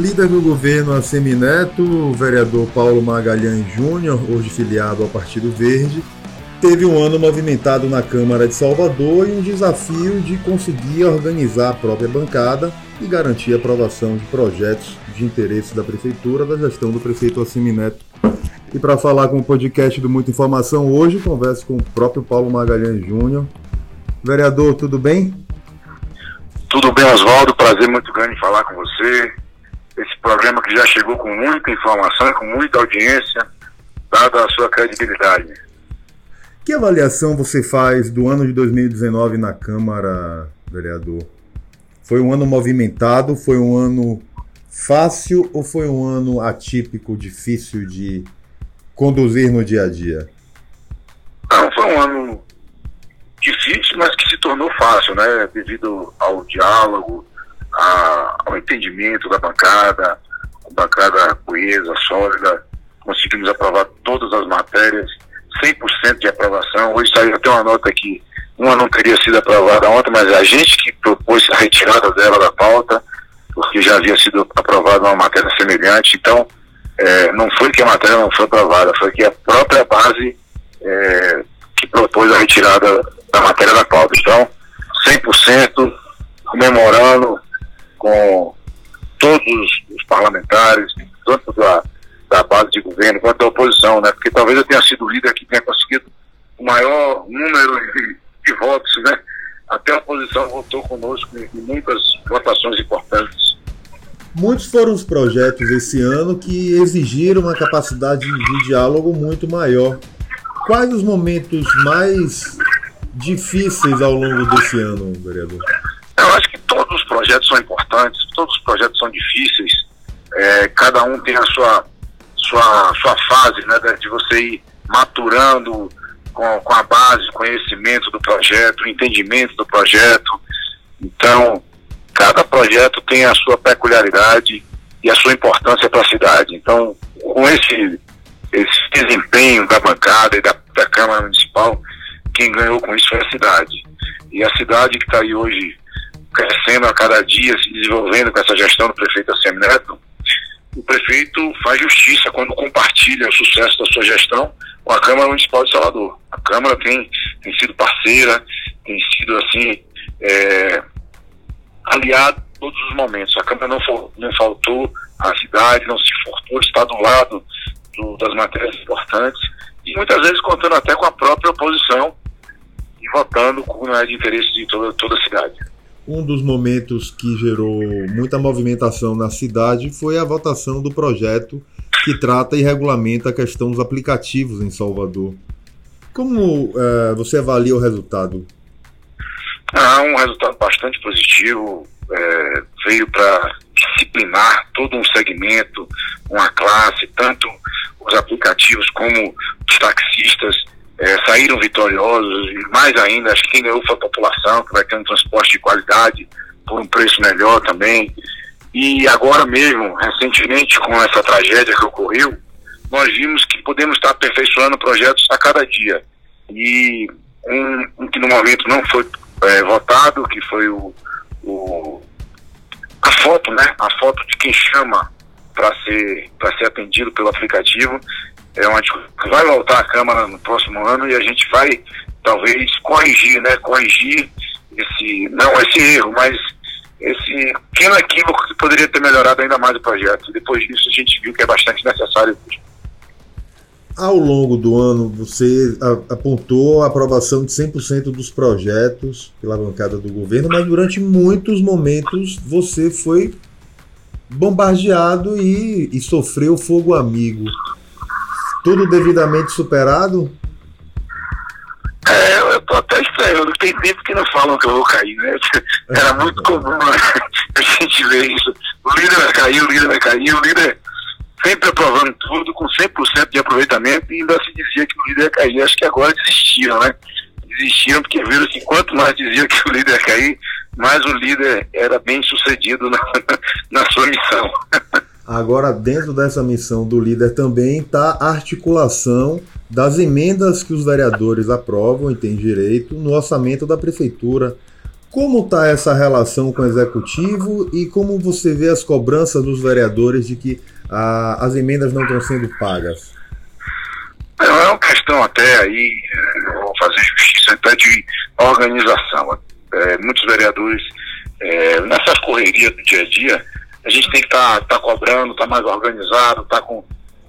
Líder do governo Assemineto, o vereador Paulo Magalhães Júnior, hoje filiado ao Partido Verde, teve um ano movimentado na Câmara de Salvador e um desafio de conseguir organizar a própria bancada e garantir a aprovação de projetos de interesse da Prefeitura, da gestão do prefeito Assemineto. E para falar com o podcast do Muita Informação, hoje converso com o próprio Paulo Magalhães Júnior. Vereador, tudo bem? Tudo bem, Oswaldo. Prazer muito grande falar com você. Esse programa que já chegou com muita informação, com muita audiência, dada a sua credibilidade. Que avaliação você faz do ano de 2019 na Câmara, vereador? Foi um ano movimentado? Foi um ano fácil ou foi um ano atípico, difícil de conduzir no dia a dia? Não, foi um ano difícil, mas que se tornou fácil, né? Devido ao diálogo, ao entendimento da bancada, a bancada coesa, sólida. Conseguimos aprovar todas as matérias, 100% de aprovação. Hoje saiu até uma nota que uma não teria sido aprovada ontem, mas é a gente que propôs a retirada dela da pauta, porque já havia sido aprovada uma matéria semelhante. Então, não foi que a matéria não foi aprovada, foi que a própria base que propôs a retirada da matéria da pauta. Então, 100% comemorando com todos os parlamentares, tanto da base de governo quanto da oposição, né? Porque talvez eu tenha sido o líder que tenha conseguido o maior número de votos, né? Até a oposição votou conosco em muitas votações importantes. Muitos foram os projetos esse ano que exigiram uma capacidade de diálogo muito maior. Quais os momentos mais difíceis ao longo desse ano, vereador? Eu acho que todos os projetos são importantes, todos os projetos são difíceis, cada um tem a sua fase, né, de você ir maturando com a base, conhecimento do projeto, entendimento do projeto. Então, cada projeto tem a sua peculiaridade e a sua importância para a cidade. Então, com esse desempenho da bancada e da Câmara Municipal, quem ganhou com isso foi a cidade. E a cidade que está aí hoje crescendo a cada dia, se desenvolvendo com essa gestão do prefeito Assemineto, o prefeito faz justiça quando compartilha o sucesso da sua gestão com a Câmara Municipal de Salvador. A Câmara tem sido parceira, tem sido assim, aliado em todos os momentos. A Câmara não faltou à cidade, não se furtou, está do lado das matérias importantes e muitas vezes contando até com a própria oposição e votando com de interesse de toda a cidade. Um dos momentos que gerou muita movimentação na cidade foi a votação do projeto que trata e regulamenta a questão dos aplicativos em Salvador. Como você avalia o resultado? Um resultado bastante positivo, veio para disciplinar todo um segmento, uma classe, tanto os aplicativos como os taxistas saíram vitoriosos, e mais ainda, acho que quem ganhou foi a população, que vai ter um transporte de qualidade por um preço melhor também. E agora mesmo, recentemente, com essa tragédia que ocorreu, nós vimos que podemos estar aperfeiçoando projetos a cada dia. E um que no momento não foi votado, que foi a foto, né? A foto de quem chama para ser atendido pelo aplicativo. Vai voltar à Câmara no próximo ano e a gente vai talvez corrigir esse erro, mas esse pequeno equívoco que poderia ter melhorado ainda mais o projeto. Depois disso a gente viu que é bastante necessário. Ao longo do ano você apontou a aprovação de 100% dos projetos pela bancada do governo, mas durante muitos momentos você foi bombardeado e sofreu fogo amigo. Tudo devidamente superado? Eu tô até estranhando. Tem tempo que não falam que eu vou cair, né? Era muito comum a gente ver isso. O líder vai cair, o líder sempre aprovando tudo, com 100% de aproveitamento, e ainda se dizia que o líder ia cair. Acho que agora desistiram, né? Desistiram porque viram que quanto mais dizia que o líder ia cair, mais o líder era bem sucedido na sua missão. Agora, dentro dessa missão do líder também está a articulação das emendas que os vereadores aprovam e têm direito no orçamento da prefeitura. Como está essa relação com o Executivo e como você vê as cobranças dos vereadores de que as emendas não estão sendo pagas? É uma questão até aí, vou fazer justiça, até de organização. Muitos vereadores, nessa correria do dia a dia, a gente tem que tá cobrando, tá mais organizado, tá com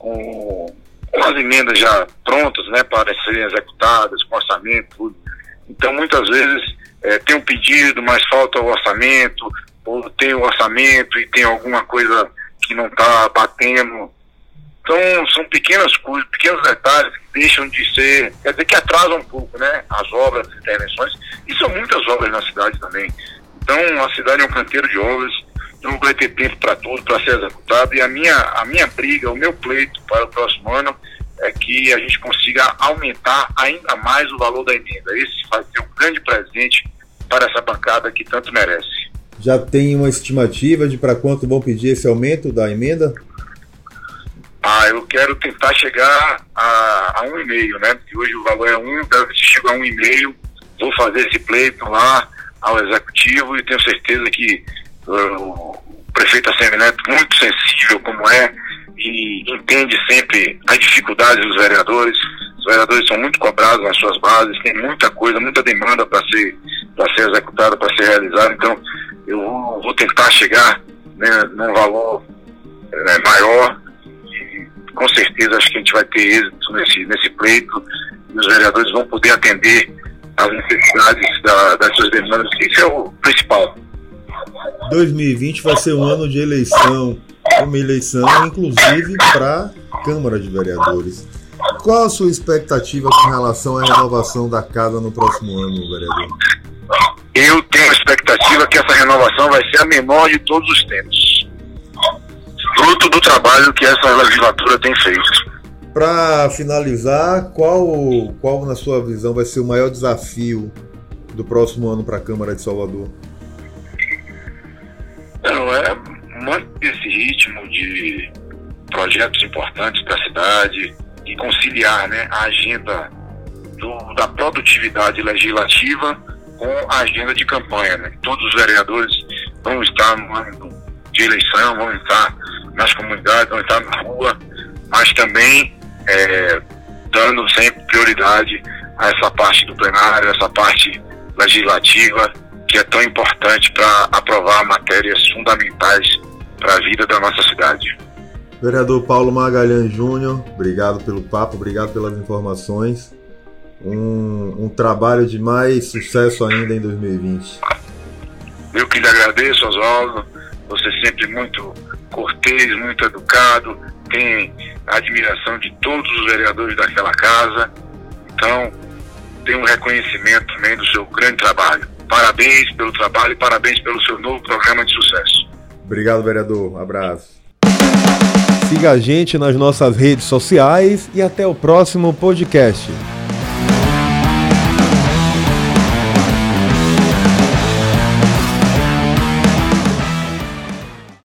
as emendas já prontas, né, para serem executadas, com orçamento, tudo. Então, muitas vezes, tem um pedido, mas falta o orçamento, ou tem o orçamento e tem alguma coisa que não está batendo. Então, são pequenas coisas, pequenos detalhes que deixam de ser, quer dizer, que atrasam um pouco, né, as obras, as intervenções, e são muitas obras na cidade também. Então, a cidade é um canteiro de obras, não vai ter tempo para tudo, para ser executado, e a minha briga, o meu pleito para o próximo ano é que a gente consiga aumentar ainda mais o valor da emenda. Esse vai ser um grande presente para essa bancada que tanto merece. Já tem uma estimativa de para quanto vão pedir esse aumento da emenda? Eu quero tentar chegar a 1,5, né? Porque hoje o valor é 1, deve chegar a 1,5. Vou fazer esse pleito lá ao Executivo e tenho certeza que o prefeito Assemineto, muito sensível como é, e entende sempre as dificuldades dos vereadores. Os vereadores são muito cobrados nas suas bases, tem muita coisa, muita demanda para ser executada, para ser realizada. Então, eu vou tentar chegar, né, num valor maior. Com certeza acho que a gente vai ter êxito nesse pleito e os vereadores vão poder atender às necessidades das suas demandas. Isso é o principal. 2020 vai ser um ano de eleição, uma eleição inclusive para a Câmara de Vereadores. Qual a sua expectativa com relação à renovação da casa no próximo ano, vereador? Eu tenho a expectativa que essa renovação vai ser a menor de todos os tempos, fruto do trabalho que essa legislatura tem feito. Para finalizar, qual na sua visão vai ser o maior desafio do próximo ano para a Câmara de Salvador? Manter esse ritmo de projetos importantes para a cidade e conciliar, né, a agenda da produtividade legislativa com a agenda de campanha, né? Todos os vereadores vão estar no ano de eleição, vão estar nas comunidades, vão estar na rua, mas também dando sempre prioridade a essa parte do plenário, essa parte legislativa, que é tão importante para aprovar matérias fundamentais para a vida da nossa cidade. Vereador Paulo Magalhães Júnior, obrigado pelo papo, obrigado pelas informações. Um trabalho de mais sucesso ainda em 2020. Eu que lhe agradeço, Oswaldo. Você sempre muito cortês, muito educado, tem a admiração de todos os vereadores daquela casa. Então, tem um reconhecimento também do seu grande trabalho. Parabéns pelo trabalho e parabéns pelo seu novo programa de sucesso. Obrigado, vereador. Abraço. Siga a gente nas nossas redes sociais e até o próximo podcast.